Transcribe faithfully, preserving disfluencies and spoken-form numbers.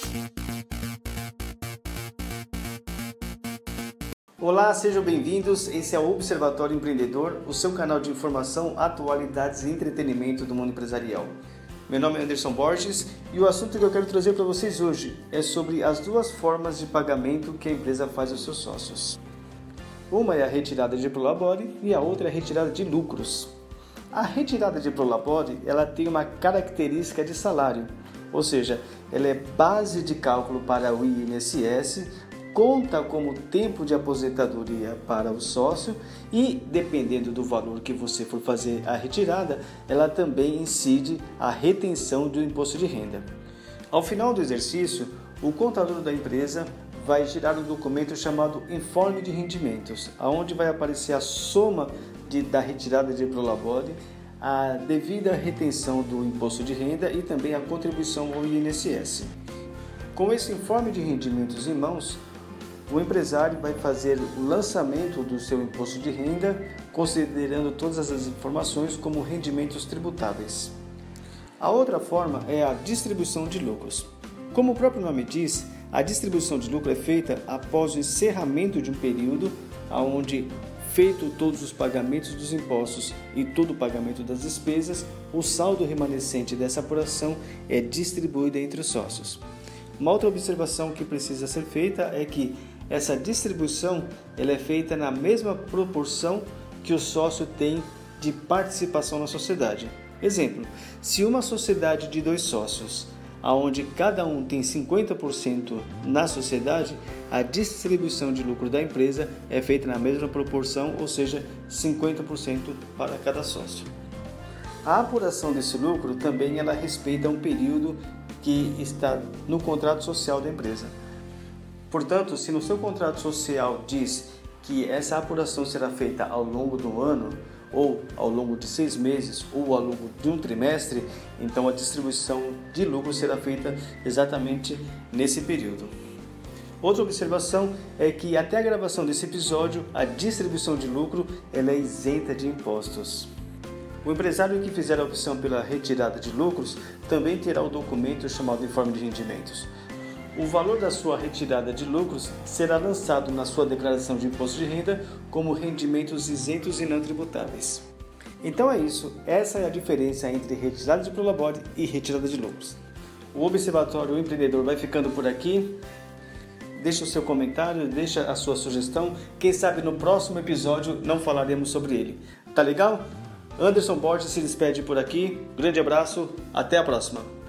Olá, sejam bem-vindos. Esse é o Observatório Empreendedor, o seu canal de informação, atualidades e entretenimento do mundo empresarial. Meu nome é Anderson Borges e o assunto que eu quero trazer para vocês hoje é sobre as duas formas de pagamento que a empresa faz aos seus sócios. Uma é a retirada de prolabore e a outra é a retirada de lucros. A retirada de prolabore, ela tem uma característica de salário, ou seja, ela é base de cálculo para o I N S S, conta como tempo de aposentadoria para o sócio e, dependendo do valor que você for fazer a retirada, ela também incide a retenção do imposto de renda. Ao final do exercício, o contador da empresa vai gerar um documento chamado Informe de Rendimentos, onde vai aparecer a soma de, da retirada de prolabore, a devida retenção do imposto de renda e também a contribuição ao I N S S. Com esse informe de rendimentos em mãos, o empresário vai fazer o lançamento do seu imposto de renda, considerando todas as informações como rendimentos tributáveis. A outra forma é a distribuição de lucros. Como o próprio nome diz, a distribuição de lucro é feita após o encerramento de um período, onde, feito todos os pagamentos dos impostos e todo o pagamento das despesas, o saldo remanescente dessa apuração é distribuído entre os sócios. Uma outra observação que precisa ser feita é que essa distribuição ela é feita na mesma proporção que o sócio tem de participação na sociedade. Exemplo, se uma sociedade de dois sócios, onde cada um tem cinquenta por cento na sociedade, a distribuição de lucro da empresa é feita na mesma proporção, ou seja, cinquenta por cento para cada sócio. A apuração desse lucro também ela respeita um período que está no contrato social da empresa. Portanto, se no seu contrato social diz que essa apuração será feita ao longo do ano, ou ao longo de seis meses, ou ao longo de um trimestre, então a distribuição de lucro será feita exatamente nesse período. Outra observação é que até a gravação desse episódio, a distribuição de lucro ela é isenta de impostos. O empresário que fizer a opção pela retirada de lucros também terá o documento chamado Informe de Rendimentos. O valor da sua retirada de lucros será lançado na sua declaração de imposto de renda como rendimentos isentos e não tributáveis. Então é isso, essa é a diferença entre retirada de prolabore e retirada de lucros. O Observatório Empreendedor vai ficando por aqui. Deixa o seu comentário, deixa a sua sugestão. Quem sabe no próximo episódio não falaremos sobre ele. Tá legal? Anderson Borges se despede por aqui. Grande abraço, até a próxima.